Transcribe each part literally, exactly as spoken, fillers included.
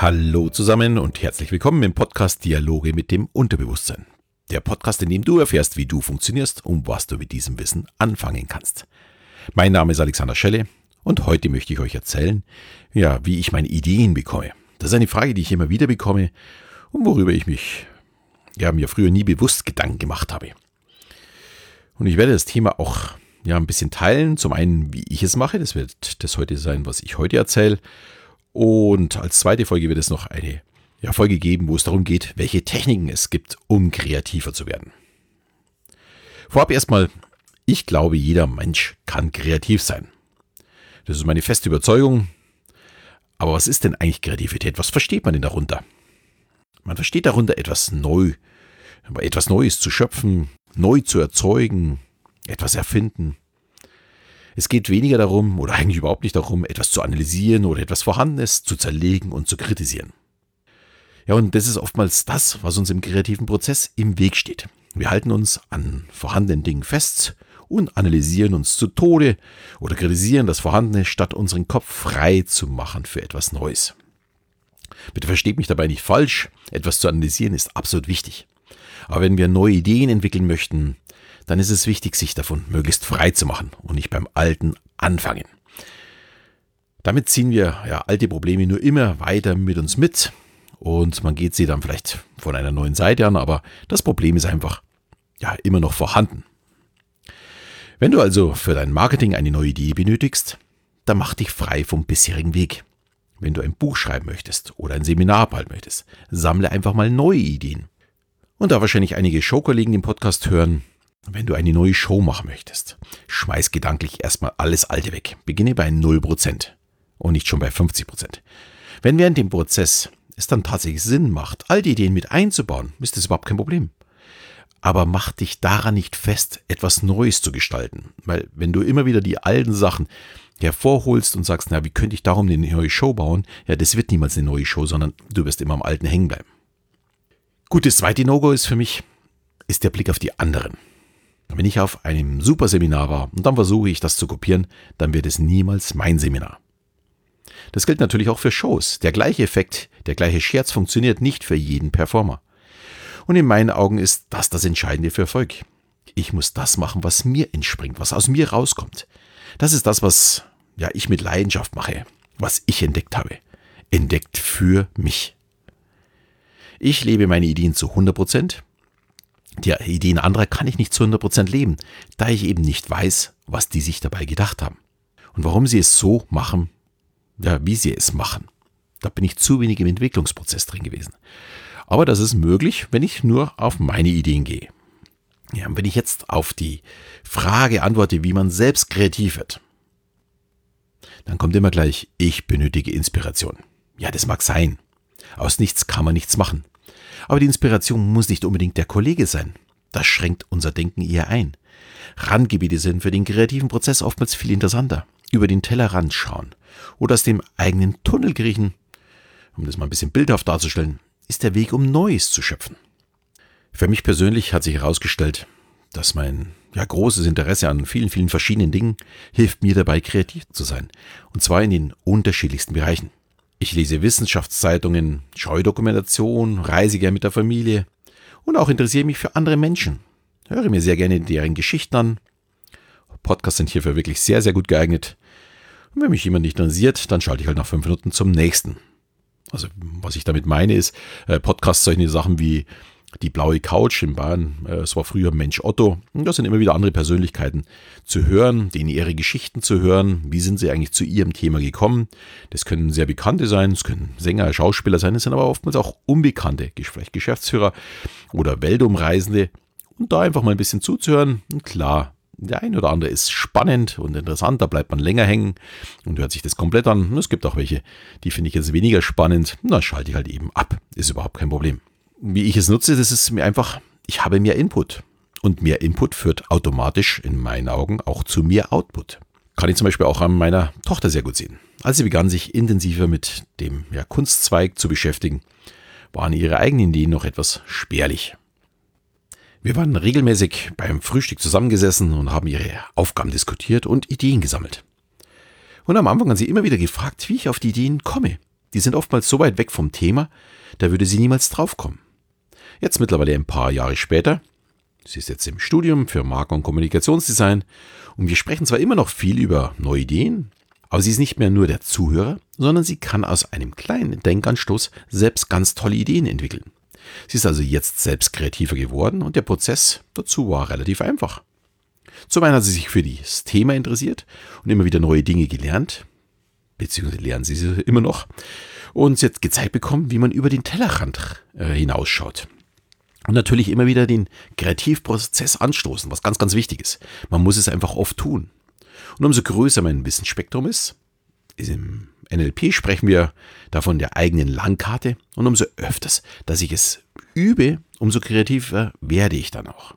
Hallo zusammen und herzlich willkommen im Podcast Dialoge mit dem Unterbewusstsein. Der Podcast, in dem du erfährst, wie du funktionierst und was du mit diesem Wissen anfangen kannst. Mein Name ist Alexander Schelle und heute möchte ich euch erzählen, ja, wie ich meine Ideen bekomme. Das ist eine Frage, die ich immer wieder bekomme und worüber ich mich, ja, mir früher nie bewusst Gedanken gemacht habe. Und ich werde das Thema auch ja, ein bisschen teilen. Zum einen, wie ich es mache, das wird das heute sein, was ich heute erzähle. Und als zweite Folge wird es noch eine ja, Folge geben, wo es darum geht, welche Techniken es gibt, um kreativer zu werden. Vorab erstmal, ich glaube, jeder Mensch kann kreativ sein. Das ist meine feste Überzeugung. Aber was ist denn eigentlich Kreativität? Was versteht man denn darunter? Man versteht darunter etwas neu, etwas Neues zu schöpfen, neu zu erzeugen, etwas erfinden. Es geht weniger darum, oder eigentlich überhaupt nicht darum, etwas zu analysieren oder etwas Vorhandenes zu zerlegen und zu kritisieren. Ja, und das ist oftmals das, was uns im kreativen Prozess im Weg steht. Wir halten uns an vorhandenen Dingen fest und analysieren uns zu Tode oder kritisieren das Vorhandene, statt unseren Kopf frei zu machen für etwas Neues. Bitte versteht mich dabei nicht falsch, etwas zu analysieren ist absolut wichtig. Aber wenn wir neue Ideen entwickeln möchten, dann ist es wichtig, sich davon möglichst frei zu machen und nicht beim Alten anfangen. Damit ziehen wir ja, alte Probleme nur immer weiter mit uns mit und man geht sie dann vielleicht von einer neuen Seite an, aber das Problem ist einfach ja, immer noch vorhanden. Wenn du also für dein Marketing eine neue Idee benötigst, dann mach dich frei vom bisherigen Weg. Wenn du ein Buch schreiben möchtest oder ein Seminar abhalten möchtest, sammle einfach mal neue Ideen. Und da wahrscheinlich einige Showkollegen den Podcast hören, wenn du eine neue Show machen möchtest, schmeiß gedanklich erstmal alles Alte weg. Beginne bei null Prozent und nicht schon bei fünfzig Prozent. Wenn während dem Prozess es dann tatsächlich Sinn macht, alte Ideen mit einzubauen, ist das überhaupt kein Problem. Aber mach dich daran nicht fest, etwas Neues zu gestalten. Weil wenn du immer wieder die alten Sachen hervorholst und sagst, na, wie könnte ich darum eine neue Show bauen? Ja, das wird niemals eine neue Show, sondern du wirst immer am Alten hängen bleiben. Gut, das zweite No-Go ist für mich, ist der Blick auf die anderen. Wenn ich auf einem super Seminar war und dann versuche ich das zu kopieren, dann wird es niemals mein Seminar. Das gilt natürlich auch für Shows. Der gleiche Effekt, der gleiche Scherz funktioniert nicht für jeden Performer. Und in meinen Augen ist das das Entscheidende für Erfolg. Ich muss das machen, was mir entspringt, was aus mir rauskommt. Das ist das, was ja, ich mit Leidenschaft mache, was ich entdeckt habe. Entdeckt für mich. Ich lebe meine Ideen zu hundert Prozent. Die Ideen anderer kann ich nicht zu hundert Prozent leben, da ich eben nicht weiß, was die sich dabei gedacht haben. Und warum sie es so machen, ja, wie sie es machen. Da bin ich zu wenig im Entwicklungsprozess drin gewesen. Aber das ist möglich, wenn ich nur auf meine Ideen gehe. Ja, und wenn ich jetzt auf die Frage antworte, wie man selbst kreativ wird, dann kommt immer gleich, ich benötige Inspiration. Ja, das mag sein. Aus nichts kann man nichts machen. Aber die Inspiration muss nicht unbedingt der Kollege sein. Das schränkt unser Denken eher ein. Randgebiete sind für den kreativen Prozess oftmals viel interessanter. Über den Tellerrand schauen oder aus dem eigenen Tunnel kriechen, um das mal ein bisschen bildhaft darzustellen, ist der Weg, um Neues zu schöpfen. Für mich persönlich hat sich herausgestellt, dass mein ja, großes Interesse an vielen, vielen verschiedenen Dingen hilft mir dabei, kreativ zu sein. Und zwar in den unterschiedlichsten Bereichen. Ich lese Wissenschaftszeitungen, schaue Dokumentation, reise gerne mit der Familie und auch interessiere mich für andere Menschen. Höre mir sehr gerne deren Geschichten an. Podcasts sind hierfür wirklich sehr, sehr gut geeignet. Und wenn mich jemand nicht interessiert, dann schalte ich halt nach fünf Minuten zum nächsten. Also was ich damit meine ist, Podcasts, solche Sachen wie die blaue Couch in Bayern, es war früher Mensch Otto. Und das sind immer wieder andere Persönlichkeiten zu hören, denen ihre Geschichten zu hören. Wie sind sie eigentlich zu ihrem Thema gekommen? Das können sehr Bekannte sein, es können Sänger, Schauspieler sein, es sind aber oftmals auch Unbekannte, vielleicht Geschäftsführer oder Weltumreisende. Und da einfach mal ein bisschen zuzuhören, und klar, der eine oder andere ist spannend und interessant, da bleibt man länger hängen und hört sich das komplett an. Und es gibt auch welche, die finde ich jetzt weniger spannend, und dann schalte ich halt eben ab, ist überhaupt kein Problem. Wie ich es nutze, das ist mir einfach, ich habe mehr Input. Und mehr Input führt automatisch in meinen Augen auch zu mehr Output. Kann ich zum Beispiel auch an meiner Tochter sehr gut sehen. Als sie begann, sich intensiver mit dem ja, Kunstzweig zu beschäftigen, waren ihre eigenen Ideen noch etwas spärlich. Wir waren regelmäßig beim Frühstück zusammengesessen und haben ihre Aufgaben diskutiert und Ideen gesammelt. Und am Anfang hat sie immer wieder gefragt, wie ich auf die Ideen komme. die sind oftmals so weit weg vom Thema, da würde sie niemals draufkommen. Jetzt mittlerweile ein paar Jahre später, sie ist jetzt im Studium für Marke- und Kommunikationsdesign und wir sprechen zwar immer noch viel über neue Ideen, aber sie ist nicht mehr nur der Zuhörer, sondern sie kann aus einem kleinen Denkanstoß selbst ganz tolle Ideen entwickeln. Sie ist also jetzt selbst kreativer geworden und der Prozess dazu war relativ einfach. Zum einen hat sie sich für das Thema interessiert und immer wieder neue Dinge gelernt, beziehungsweise lernen sie sie immer noch, und sie hat gezeigt bekommen, wie man über den Tellerrand äh, hinausschaut. Und natürlich immer wieder den Kreativprozess anstoßen, was ganz, ganz wichtig ist. Man muss es einfach oft tun. Und umso größer mein Wissensspektrum ist, ist im N L P sprechen wir davon der eigenen Landkarte, und umso öfters, dass ich es übe, umso kreativer werde ich dann auch.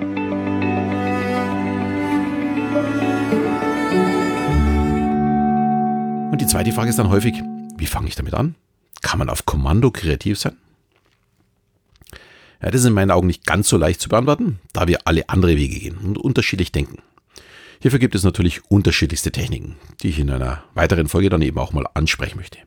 Und die zweite Frage ist dann häufig, wie fange ich damit an? Kann man auf Kommando kreativ sein? Ja, das ist in meinen Augen nicht ganz so leicht zu beantworten, da wir alle andere Wege gehen und unterschiedlich denken. Hierfür gibt es natürlich unterschiedlichste Techniken, die ich in einer weiteren Folge dann eben auch mal ansprechen möchte.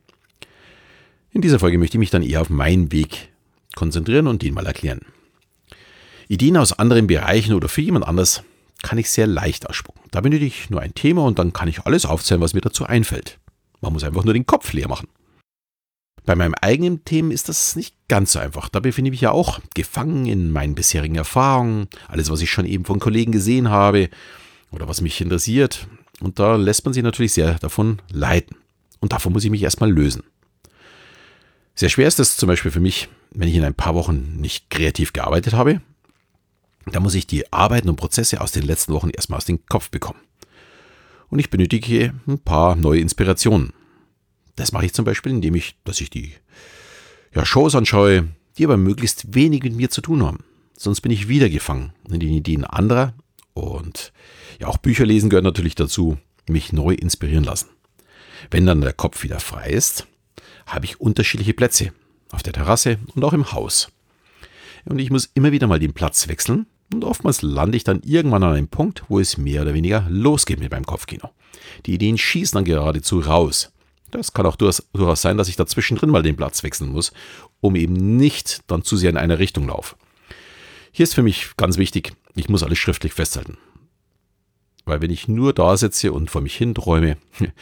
In dieser Folge möchte ich mich dann eher auf meinen Weg konzentrieren und den mal erklären. Ideen aus anderen Bereichen oder für jemand anders kann ich sehr leicht ausspucken. Da benötige ich nur ein Thema und dann kann ich alles aufzählen, was mir dazu einfällt. Man muss einfach nur den Kopf leer machen. Bei meinem eigenen Thema ist das nicht ganz so einfach. Da befinde ich mich ja auch gefangen in meinen bisherigen Erfahrungen, alles, was ich schon eben von Kollegen gesehen habe oder was mich interessiert. Und da lässt man sich natürlich sehr davon leiten. Und davon muss ich mich erstmal lösen. Sehr schwer ist es zum Beispiel für mich, wenn ich in ein paar Wochen nicht kreativ gearbeitet habe. Da muss ich die Arbeiten und Prozesse aus den letzten Wochen erstmal aus dem Kopf bekommen. Und ich benötige ein paar neue Inspirationen. Das mache ich zum Beispiel, indem ich, dass ich die ja, Shows anschaue, die aber möglichst wenig mit mir zu tun haben. Sonst bin ich wieder gefangen in den Ideen anderer, und ja, auch Bücher lesen gehört natürlich dazu, mich neu inspirieren lassen. Wenn dann der Kopf wieder frei ist, habe ich unterschiedliche Plätze, auf der Terrasse und auch im Haus. Und ich muss immer wieder mal den Platz wechseln, und oftmals lande ich dann irgendwann an einem Punkt, wo es mehr oder weniger losgeht mit meinem Kopfkino. Die Ideen schießen dann geradezu raus. Das kann auch durchaus sein, dass ich dazwischen drin mal den Platz wechseln muss, um eben nicht dann zu sehr in eine Richtung laufe. Hier ist für mich ganz wichtig, ich muss alles schriftlich festhalten. Weil wenn ich nur da sitze und vor mich hin träume,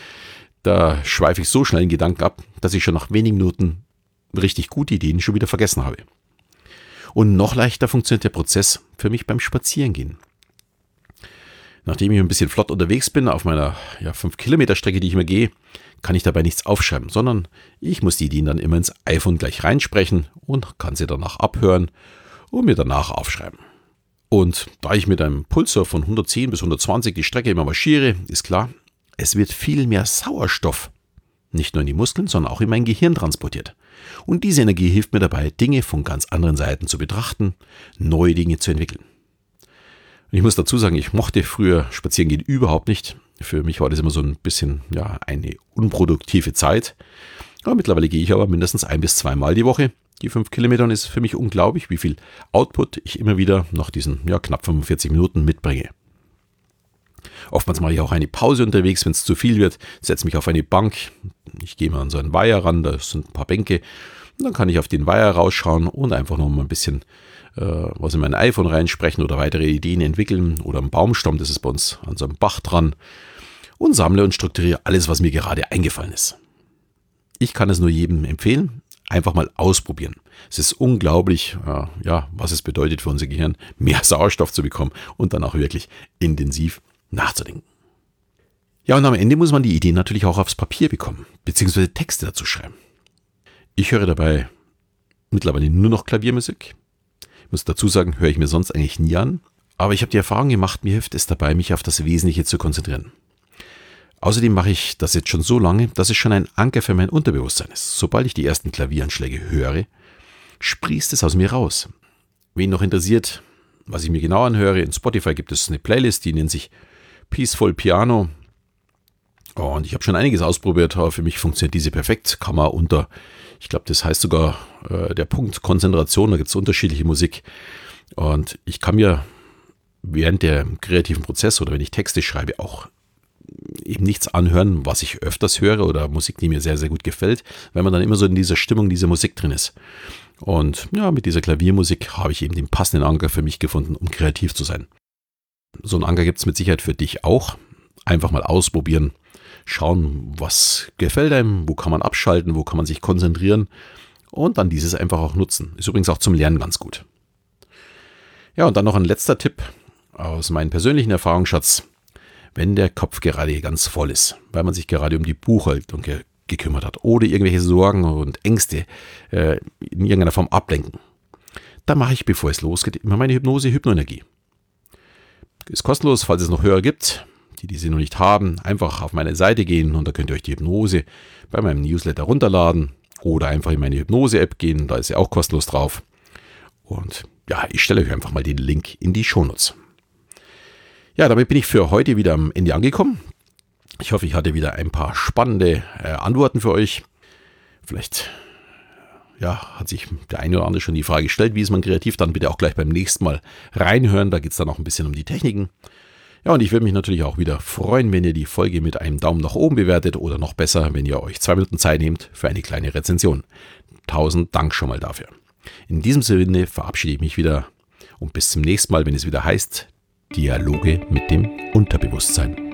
da schweife ich so schnell in Gedanken ab, dass ich schon nach wenigen Minuten richtig gute Ideen schon wieder vergessen habe. Und noch leichter funktioniert der Prozess für mich beim Spazierengehen. Nachdem ich ein bisschen flott unterwegs bin, auf meiner ja, fünf Kilometer Strecke, die ich immer gehe, kann ich dabei nichts aufschreiben, sondern ich muss die Ideen dann immer ins iPhone gleich reinsprechen und kann sie danach abhören und mir danach aufschreiben. Und da ich mit einem Pulsar von hundertzehn bis hundertzwanzig die Strecke immer marschiere, ist klar, es wird viel mehr Sauerstoff nicht nur in die Muskeln, sondern auch in mein Gehirn transportiert. Und diese Energie hilft mir dabei, Dinge von ganz anderen Seiten zu betrachten, neue Dinge zu entwickeln. Und ich muss dazu sagen, ich mochte früher Spazierengehen überhaupt nicht. Für mich war das immer so ein bisschen ja, eine unproduktive Zeit. Aber mittlerweile gehe ich aber mindestens ein- bis zweimal die Woche. Die fünf Kilometer, ist für mich unglaublich, wie viel Output ich immer wieder nach diesen ja, knapp fünfundvierzig Minuten mitbringe. Oftmals mache ich auch eine Pause unterwegs, wenn es zu viel wird, setze mich auf eine Bank. Ich gehe mal an so einen Weiher ran, da sind ein paar Bänke. Und dann kann ich auf den Weiher rausschauen und einfach noch mal ein bisschen äh, was in mein iPhone reinsprechen oder weitere Ideen entwickeln. Oder am Baumstamm, das ist bei uns an so einem Bach dran. Und sammle und strukturiere alles, was mir gerade eingefallen ist. Ich kann es nur jedem empfehlen, einfach mal ausprobieren. Es ist unglaublich, äh, ja, was es bedeutet für unser Gehirn, mehr Sauerstoff zu bekommen und dann auch wirklich intensiv nachzudenken. Ja, und am Ende muss man die Ideen natürlich auch aufs Papier bekommen, beziehungsweise Texte dazu schreiben. Ich höre dabei mittlerweile nur noch Klaviermusik. Ich muss dazu sagen, höre ich mir sonst eigentlich nie an. Aber ich habe die Erfahrung gemacht, mir hilft es dabei, mich auf das Wesentliche zu konzentrieren. Außerdem mache ich das jetzt schon so lange, dass es schon ein Anker für mein Unterbewusstsein ist. Sobald ich die ersten Klavieranschläge höre, sprießt es aus mir raus. Wen noch interessiert, was ich mir genau anhöre, in Spotify gibt es eine Playlist, die nennt sich Peaceful Piano. Und ich habe schon einiges ausprobiert, aber für mich funktioniert diese perfekt. Kann man unter, ich glaube, das heißt sogar äh, der Punkt Konzentration, da gibt es unterschiedliche Musik. Und ich kann mir während der kreativen Prozess oder wenn ich Texte schreibe auch eben nichts anhören, was ich öfters höre oder Musik, die mir sehr, sehr gut gefällt, wenn man dann immer so in dieser Stimmung, dieser Musik drin ist. Und ja, mit dieser Klaviermusik habe ich eben den passenden Anker für mich gefunden, um kreativ zu sein. So einen Anker gibt es mit Sicherheit für dich auch. Einfach mal ausprobieren, schauen, was gefällt einem, wo kann man abschalten, wo kann man sich konzentrieren und dann dieses einfach auch nutzen. Ist übrigens auch zum Lernen ganz gut. Ja, und dann noch ein letzter Tipp aus meinem persönlichen Erfahrungsschatz. Wenn der Kopf gerade ganz voll ist, weil man sich gerade um die Buchhaltung ge- gekümmert hat oder irgendwelche Sorgen und Ängste äh, in irgendeiner Form ablenken, dann mache ich, bevor es losgeht, immer meine Hypnose Hypnoenergie. Ist kostenlos, falls es noch Hörer gibt, die diese noch nicht haben, einfach auf meine Seite gehen und da könnt ihr euch die Hypnose bei meinem Newsletter runterladen oder einfach in meine Hypnose-App gehen, da ist sie auch kostenlos drauf. Und ja, ich stelle euch einfach mal den Link in die Shownotes. Ja, damit bin ich für heute wieder am Ende angekommen. Ich hoffe, ich hatte wieder ein paar spannende äh, Antworten für euch. Vielleicht ja, hat sich der eine oder andere schon die Frage gestellt, wie ist man kreativ, dann bitte auch gleich beim nächsten Mal reinhören. Da geht es dann auch ein bisschen um die Techniken. Ja, und ich würde mich natürlich auch wieder freuen, wenn ihr die Folge mit einem Daumen nach oben bewertet oder noch besser, wenn ihr euch zwei Minuten Zeit nehmt für eine kleine Rezension. Tausend Dank schon mal dafür. In diesem Sinne verabschiede ich mich wieder und bis zum nächsten Mal, wenn es wieder heißt Dialoge mit dem Unterbewusstsein.